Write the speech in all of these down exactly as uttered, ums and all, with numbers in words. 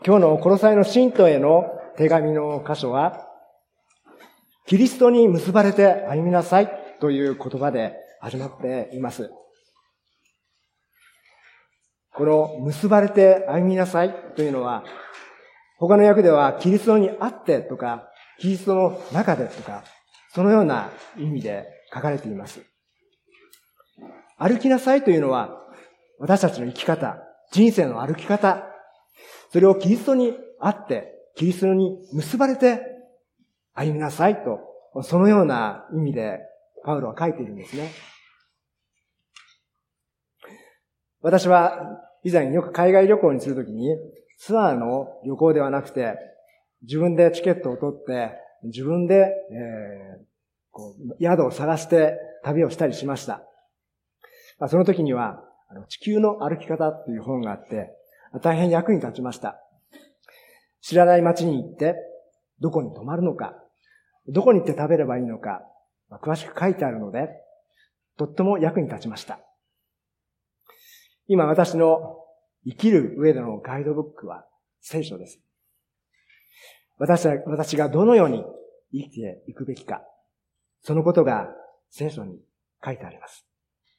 今日のコロサイの信徒への手紙の箇所は、キリストに結ばれて歩みなさいという言葉で始まっています。この結ばれて歩みなさいというのは、他の訳ではキリストにあってとか、キリストの中でとか、そのような意味で書かれています。歩きなさいというのは、私たちの生き方、人生の歩き方、それをキリストにあって、キリストに結ばれて歩みなさいと、そのような意味でパウロは書いているんですね。私は以前よく海外旅行にするときに、ツアーの旅行ではなくて、自分でチケットを取って、自分で、えー、こう宿を探して旅をしたりしました。その時には、地球の歩き方という本があって、大変役に立ちました。知らない街に行って、どこに泊まるのか、どこに行って食べればいいのか、詳しく書いてあるので、とっても役に立ちました。今私の生きる上でのガイドブックは聖書です。私は、私がどのように生きていくべきか、そのことが聖書に書いてあります。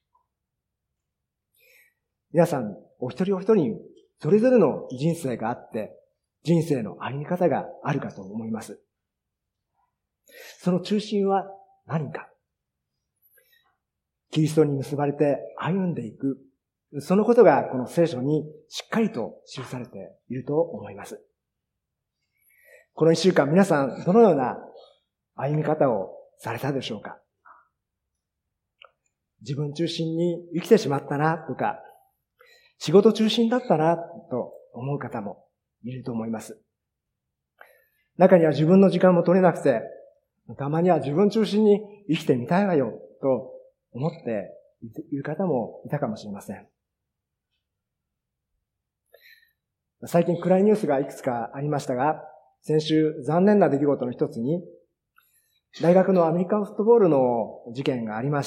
皆さん、お一人お一人にそれぞれの人生があって、人生の歩み方があるかと思います。その中心は何か。キリストに結ばれて歩んでいく。そのことがこの聖書にしっかりと記されていると思います。この一週間皆さんどのような歩み方をされたでしょうか。自分中心に生きてしまったなとか、仕事中心だったなと思う方もいると思います。中には自分の時間も取れなくて、たまには自分中心に生きてみたいわよと思っている方もいたかもしれません。最近暗いニュースがいくつかありましたが、先週残念な出来事の一つに、大学のアメリカンフットボールの事件がありました。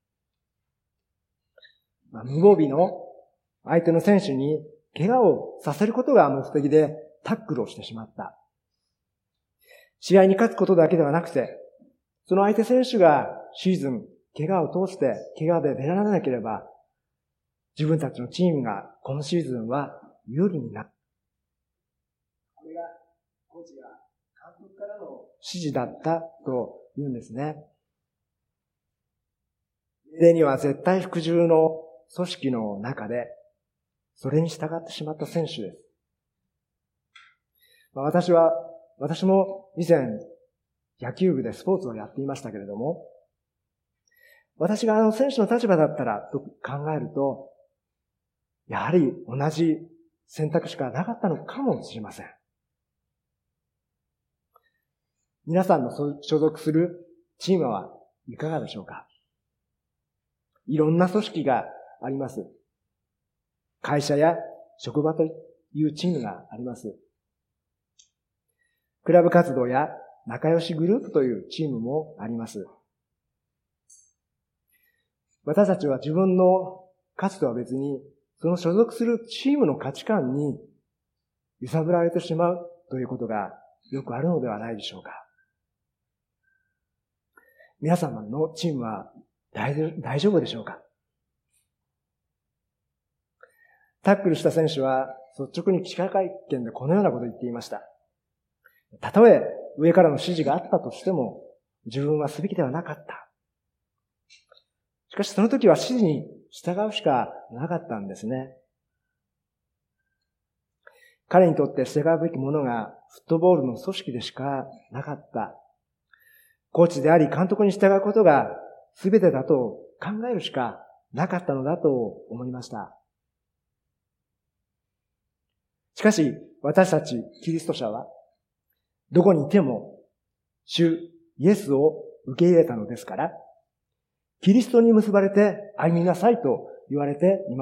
無防備の相手の選手に怪我をさせることが目的でタックルをしてしまった。試合に勝つことだけではなくて、その相手選手がシーズン、怪我を通して怪我で出られなければ、自分たちのチームが今シーズンは有利になる。これがコーチや監督からの指示だったと言うんですね。例には絶対服従の組織の中で、それに従ってしまった選手です。私は、私も以前野球部でスポーツをやっていましたけれども、私があの選手の立場だったらと考えると、やはり同じ選択しかなかったのかもしれません。皆さんの所属するチームはいかがでしょうか。いろんな組織があります。会社や職場というチームがあります。クラブ活動や仲良しグループというチームもあります。私たちは自分の価値とは別に、その所属するチームの価値観に揺さぶられてしまうということがよくあるのではないでしょうか。皆様のチームは大丈夫でしょうか。タックルした選手は率直に記者会見でこのようなことを言っていました。たとえ上からの指示があったとしても、自分はすべきではなかった。しかしその時は指示に従うしかなかったんですね。彼にとって従うべきものがフットボールの組織でしかなかった。コーチであり監督に従うことが全てだと考えるしかなかったのだと思いました。しかし、私たちキリスト者は、どこにいても、主イエスを受け入れたのですから、キリストに結ばれて歩みなさいと言われています。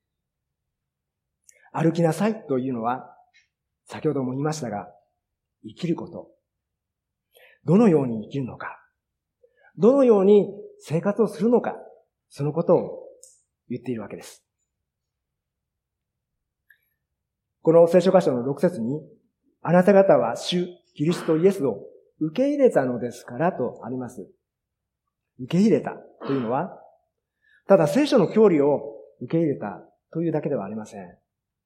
歩きなさいというのは、先ほども言いましたが、生きること。どのように生きるのか、どのように生活をするのか、そのことを言っているわけです。 この聖書箇所のろく節に、あなた方は主、キリストイエスを受け入れたのですからとあります。受け入れたというのは、ただ聖書の教理を受け入れたというだけではありません。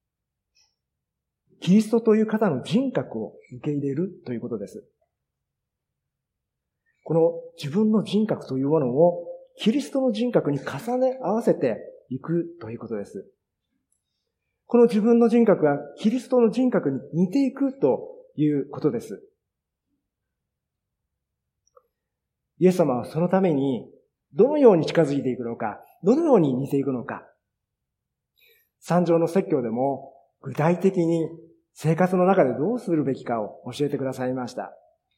キリストという方の人格を受け入れるということです。この自分の人格というものをキリストの人格に重ね合わせていくということです。この自分の人格がキリストの人格に似ていくということです。イエス様はそのためにどのように近づいていくのか、どのように似ていくのか。三条の説教でも具体的に生活の中でどうするべきかを教えてくださいました。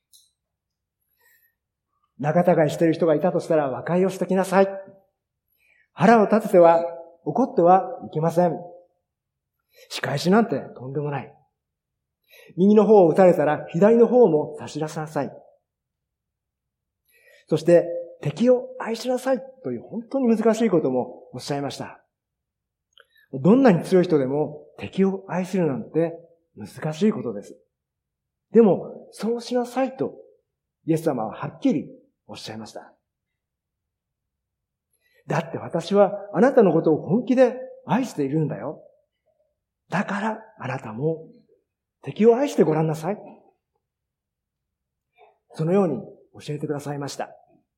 仲違いしている人がいたとしたら和解をしてきなさい。腹を立てては怒ってはいけません。仕返しなんてとんでもない。右の方を打たれたら左の方も差し出しなさい。そして敵を愛しなさいという本当に難しいこともおっしゃいました。どんなに強い人でも敵を愛するなんて難しいことです。でもそうしなさいとイエス様ははっきりおっしゃいました。だって私はあなたのことを本気で愛しているんだよ。だからあなたも敵を愛してごらんなさい。そのように教えてくださいました。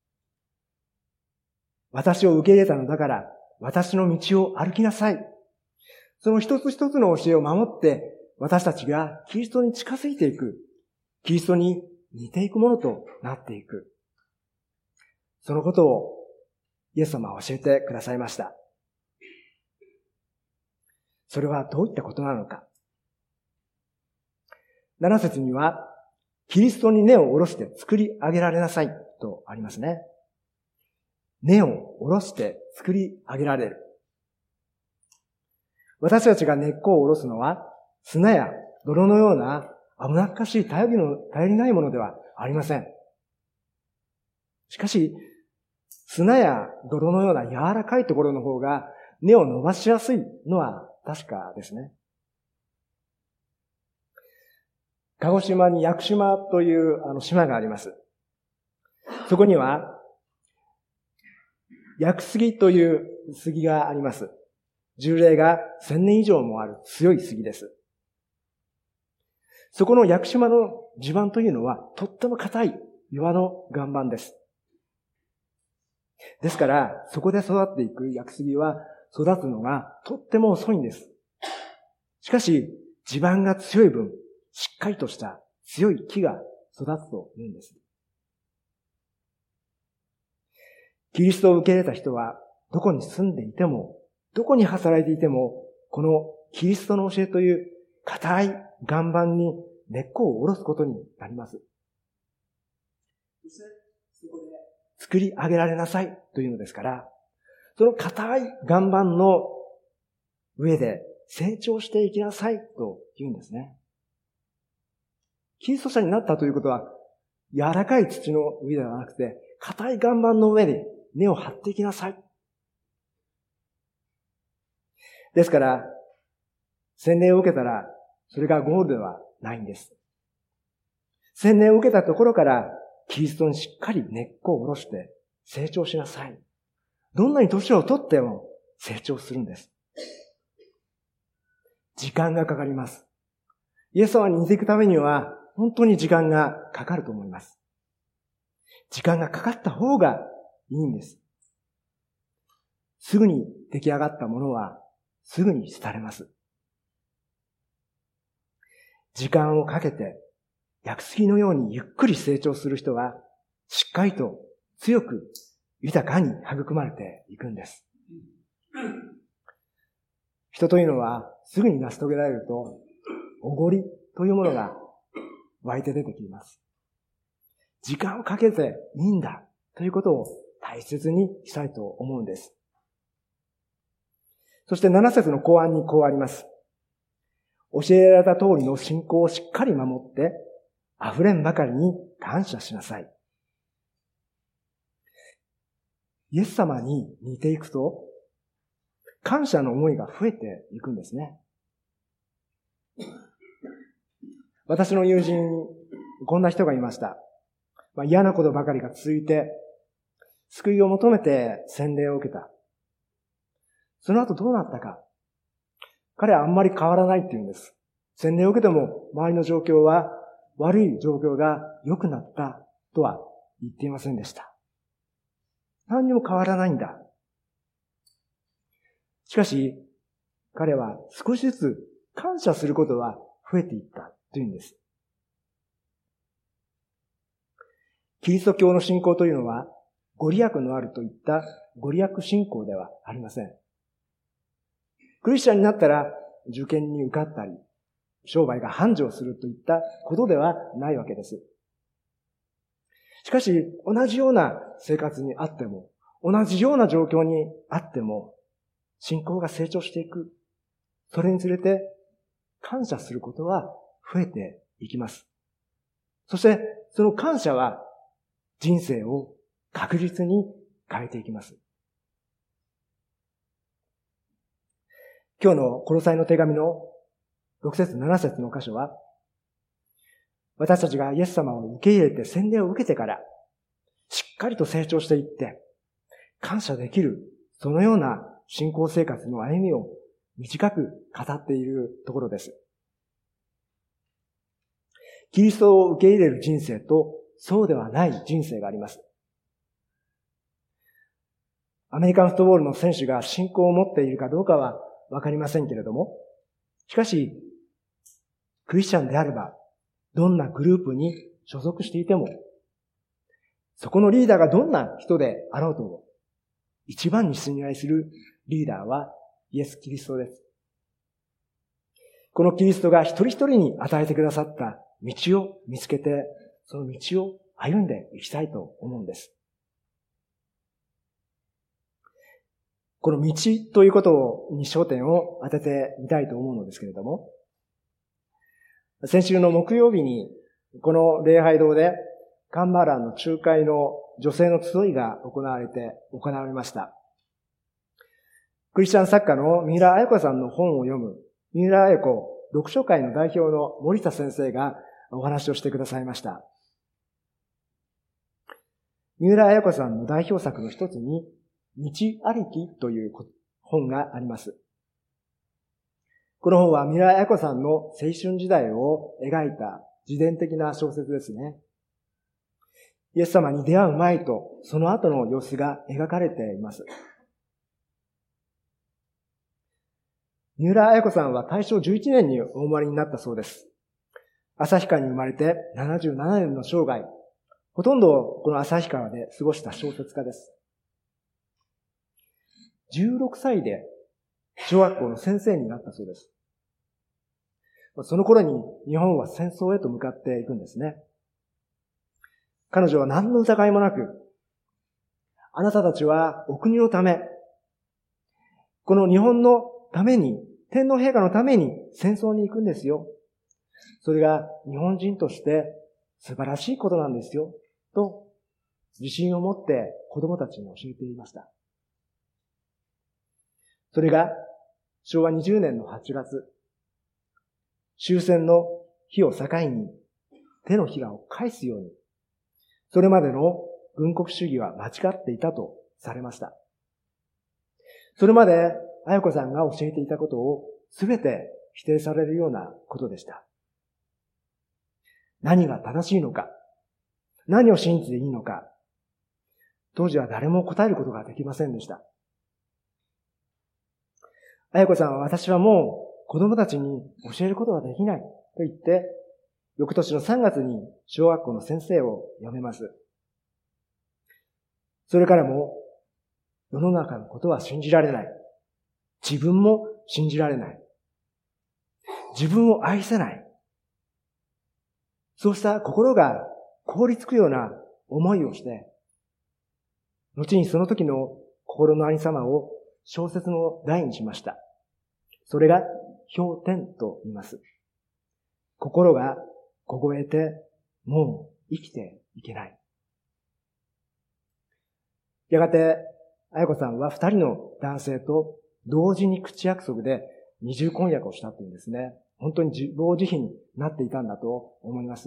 私を受け入れたのだから私の道を歩きなさい。その一つ一つの教えを守って私たちがキリストに近づいていく。キリストに似ていくものとなっていく。そのことをイエス様は教えてくださいました。それはどういったことなのか。なな節には、キリストに根を下ろして作り上げられなさいとありますね。根を下ろして作り上げられる。私たちが根っこを下ろすのは、砂や泥のような危なっかしい頼りの、頼りないものではありません。しかし、砂や泥のような柔らかいところの方が根を伸ばしやすいのは確かですね。鹿児島に屋久島というあの島があります。そこには、屋久杉という杉があります。樹齢が千年以上もある強い杉です。そこの屋久島の地盤というのはとっても硬い岩の岩盤です。ですから、そこで育っていく屋久杉は育つのがとっても遅いんです。しかし、地盤が強い分、しっかりとした強い木が育つというんです。キリストを受け入れた人は、どこに住んでいても、どこに働いていても、このキリストの教えという固い岩盤に根っこを下ろすことになります。作り上げられなさいというのですから、その固い岩盤の上で成長していきなさいと言うんですね。キリスト者になったということは、柔らかい土の上ではなくて、固い岩盤の上で根を張っていきなさい。ですから、洗礼を受けたら、それがゴールではないんです。洗礼を受けたところから、キリストにしっかり根っこを下ろして成長しなさい。どんなに年をとっても成長するんです。時間がかかります。イエス様に似ていくためには本当に時間がかかると思います。時間がかかった方がいいんです。すぐに出来上がったものはすぐに廃れます。時間をかけて屋久杉のようにゆっくり成長する人はしっかりと強く豊かに育まれていくんです。人というのはすぐに成し遂げられるとおごりというものが湧いて出てきます。時間をかけていいんだということを大切にしたいと思うんです。そしてなな節の後半にこうあります。教えられた通りの信仰をしっかり守って溢れんばかりに感謝しなさい。イエス様に似ていくと、感謝の思いが増えていくんですね。 私の友人にこんな人がいました。まあ、嫌なことばかりが続いて、救いを求めて洗礼を受けた。その後どうなったか。彼はあんまり変わらないって言うんです。洗礼を受けても周りの状況は悪い状況が良くなったとは言っていませんでした。何にも変わらないんだ。しかし、彼は少しずつ感謝することは増えていったというんです。キリスト教の信仰というのは、ご利益のあるといったご利益信仰ではありません。クリスチャンになったら受験に受かったり、商売が繁盛するといったことではないわけです。しかし、同じような生活にあっても、同じような状況にあっても、信仰が成長していく。それにつれて、感謝することは増えていきます。そして、その感謝は人生を確実に変えていきます。今日のコロサイの手紙のろく節なな節の箇所は、私たちがイエス様を受け入れて洗礼を受けてから、しっかりと成長していって、感謝できる、そのような信仰生活の歩みを短く語っているところです。キリストを受け入れる人生と、そうではない人生があります。アメリカンフットボールの選手が信仰を持っているかどうかはわかりませんけれども、しかし、クリスチャンであれば、どんなグループに所属していても、そこのリーダーがどんな人であろうとも、一番に信頼するリーダーはイエス・キリストです。このキリストが一人一人に与えてくださった道を見つけて、その道を歩んでいきたいと思うんです。この道ということに焦点を当ててみたいと思うのですけれども、先週の木曜日にこの礼拝堂でカンバーランの仲介の女性の集いが行われて、行われました。クリスチャン作家の三浦綾子さんの本を読む三浦綾子読書会の代表の森田先生がお話をしてくださいました。三浦綾子さんの代表作の一つに、道ありきという本があります。この本は三浦綾子さんの青春時代を描いた自伝的な小説ですね。イエス様に出会う前とその後の様子が描かれています。三浦綾子さんは大正じゅういちねんにお生まれになったそうです。旭川に生まれてななじゅうななねんの生涯、ほとんどこの旭川で過ごした小説家です。じゅうろくさいで小学校の先生になったそうです。その頃に日本は戦争へと向かっていくんですね。彼女は何の疑いもなく、あなたたちはお国のため、この日本のために、天皇陛下のために戦争に行くんですよ。それが日本人として素晴らしいことなんですよ。と、自信を持って子供たちに教えていました。それがしょうわにじゅうねんのはちがつ、終戦の日を境に手のひらを返すように、それまでの軍国主義は間違っていたとされました。それまで綾子さんが教えていたことをすべて否定されるようなことでした。何が正しいのか、何を信じていいのか、当時は誰も答えることができませんでした。綾子さんは、私はもう子供たちに教えることができないと言って、翌年のさんがつに小学校の先生を辞めます。それからも世の中のことは信じられない。自分も信じられない。自分を愛せない。そうした心が凍りつくような思いをして、後にその時の心のありさまを小説の題にしました。それが氷点と言います。心が凍えて、もう生きていけない。やがて、綾子さんは二人の男性と同時に口約束で二重婚約をしたっていうんですね。 本当に自暴自棄になっていたんだと思います。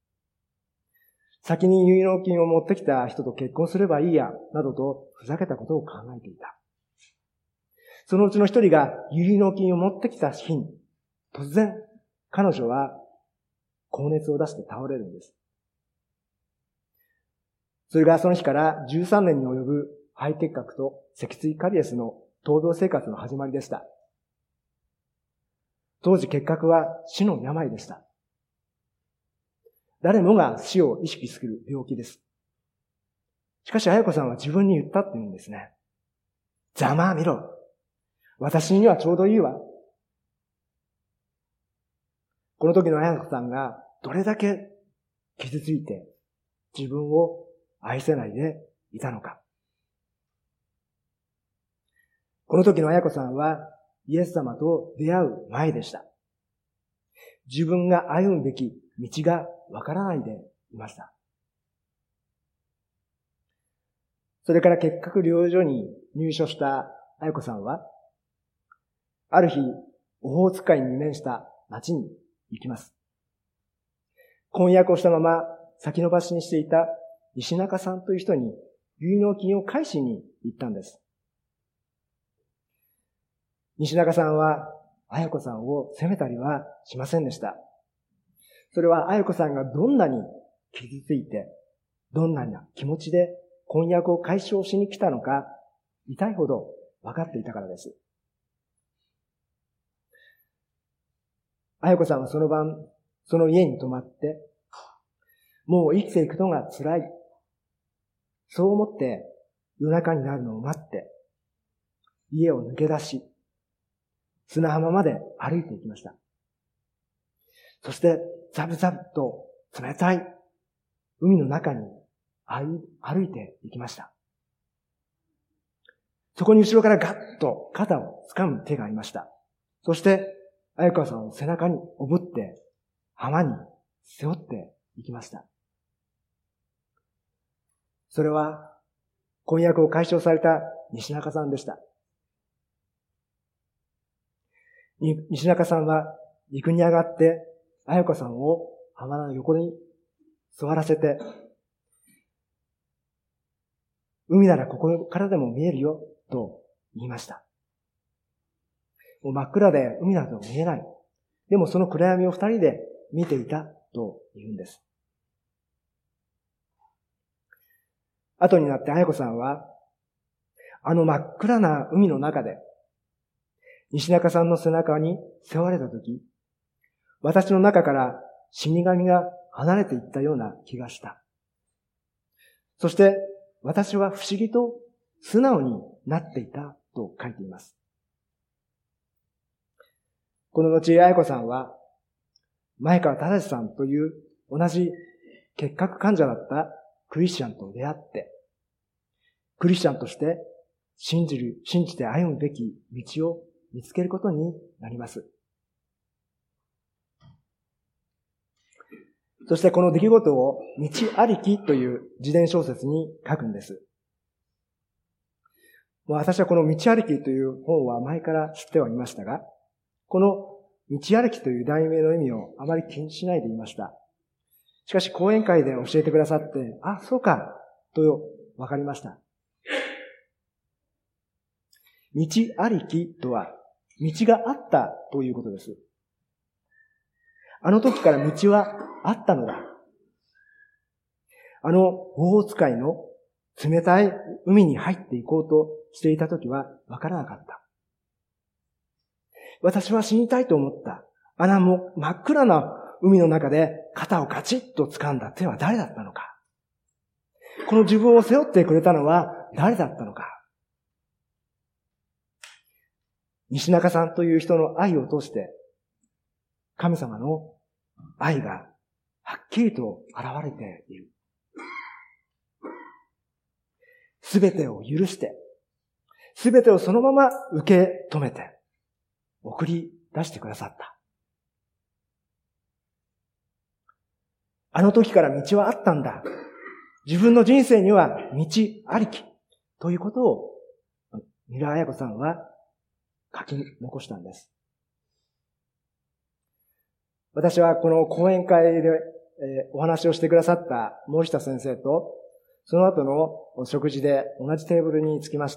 先に結納金を持ってきた人と結婚すればいいや、などとふざけたことを考えていた。そのうちの一人が結納金を持ってきた日に、突然彼女は高熱を出して倒れるんです。それがその日からじゅうさんねんに及ぶ肺結核と脊椎カリエスの闘病生活の始まりでした。当時結核は死の病でした。誰もが死を意識する病気です。しかし、彩子さんは自分に言ったって言うんですね。ざまあ見ろ。私にはちょうどいいわ。この時の彩子さんがどれだけ傷ついて自分を愛せないでいたのか。この時の彩子さんはイエス様と出会う前でした。自分が歩むべき道がわからないでいました。それから結核療養所に入所した彩子さんは、ある日、オホーツク海に面した町に行きます。婚約をしたまま先延ばしにしていた西中さんという人に結納金を返しに行ったんです。西中さんは彩子さんを責めたりはしませんでした。それは彩子さんがどんなに傷ついて、どんな気持ちで婚約を解消しに来たのか、痛いほど分かっていたからです。彩子さんはその晩、その家に泊まって、もう生きていくのが辛い。そう思って夜中になるのを待って、家を抜け出し、砂浜まで歩いていきました。そして、ザブザブと冷たい海の中に歩いていきました。そこに後ろからガッと肩を掴む手がいました。そして、彩子さんを背中におぶって、浜に背負っていきました。それは、婚約を解消された西中さんでした。西中さんは陸に上がって、彩子さんを浜の横に座らせて、海ならここからでも見えるよ、と言いました。もう真っ暗で海など見えない。でもその暗闇を二人で見ていたと言うんです。後になって彩子さんは、あの真っ暗な海の中で、西中さんの背中に背負われたとき、私の中から死神が離れていったような気がした。そして私は不思議と素直になっていたと書いています。この後、彩子さんは前川忠さんという同じ結核患者だったクリスチャンと出会って、クリスチャンとして信じる、信じて歩むべき道を見つけることになります。そしてこの出来事を道ありきという自伝小説に書くんです。もう私はこの道ありきという本は前から知ってはいましたが、この道ありきという題名の意味をあまり気にしないでいました。しかし講演会で教えてくださって、あ、そうか、と分かりました。道ありきとは、道があったということです。あの時から道はあったのだ。あのオホーツク海の冷たい海に入っていこうとしていた時はわからなかった。私は死にたいと思った。あのもう真っ暗な海の中で肩をガチッと掴んだ手は誰だったのか。この自分を背負ってくれたのは誰だったのか。西中さんという人の愛を通して、神様の愛がはっきりと現れている。すべてを許して、すべてをそのまま受け止めて、送り出してくださった。あの時から道はあったんだ。自分の人生には道ありき。ということを、三浦綾子さんは書き残したんです。 私はこの講演会で、えー、お話をしてくださった森下先生と、その後の食事で同じテーブルに着きました。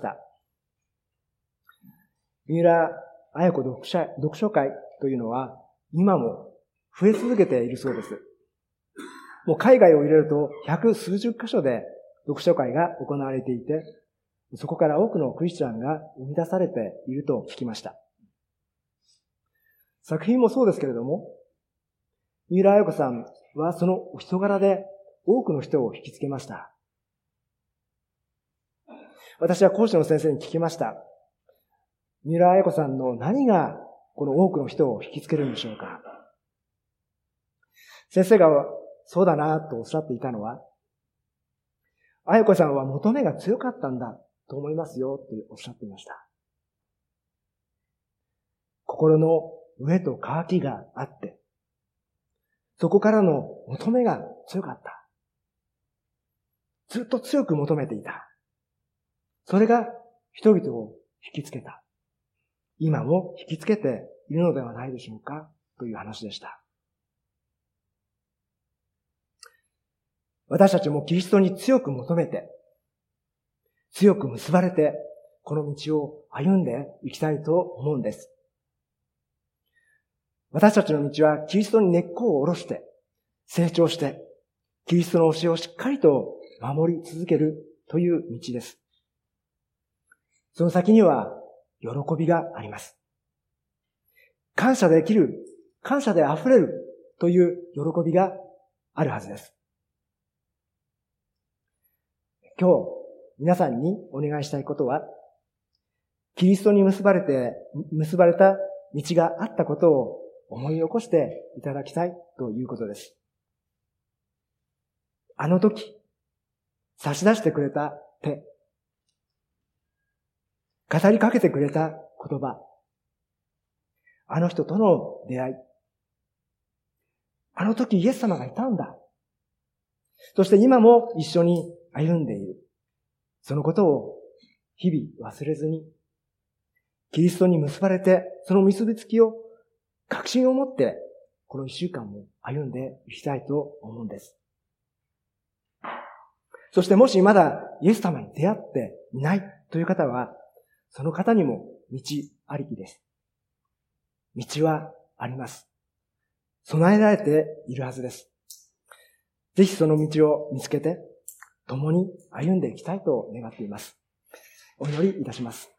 三浦綾子読書、読書会というのは今も増え続けているそうです。もう海外を入れると百数十箇所で読書会が行われていて、そこから多くのクリスチャンが生み出されていると聞きました。作品もそうですけれども、三浦綾子さんはそのお人柄で多くの人を引きつけました。私は講師の先生に聞きました。三浦綾子さんの何がこの多くの人を引きつけるんでしょうか。先生がそうだなとおっしゃっていたのは、綾子さんは求めが強かったんだと思いますよとおっしゃっていました。心の飢えと渇きがあって、そこからの求めが強かった。ずっと強く求めていた。それが人々を引きつけた。今も引きつけているのではないでしょうかという話でした。私たちもキリストに強く求めて、強く結ばれて、この道を歩んでいきたいと思うんです。私たちの道はキリストに根っこを下ろして、成長して、キリストの教えをしっかりと守り続けるという道です。その先には喜びがあります。感謝できる、感謝で溢れるという喜びがあるはずです。今日、皆さんにお願いしたいことは、キリストに結ばれて、結ばれた道があったことを思い起こしていただきたいということです。あの時、差し出してくれた手、語りかけてくれた言葉、あの人との出会い、あの時イエス様がいたんだ。そして今も一緒に歩んでいる。そのことを日々忘れずに、キリストに結ばれて、その結びつきを確信を持って、この一週間も歩んでいきたいと思うんです。そしてもしまだイエス様に出会っていないという方は、その方にも道ありきです。道はあります。備えられているはずです。ぜひその道を見つけて、共に歩んでいきたいと願っています。お祈りいたします。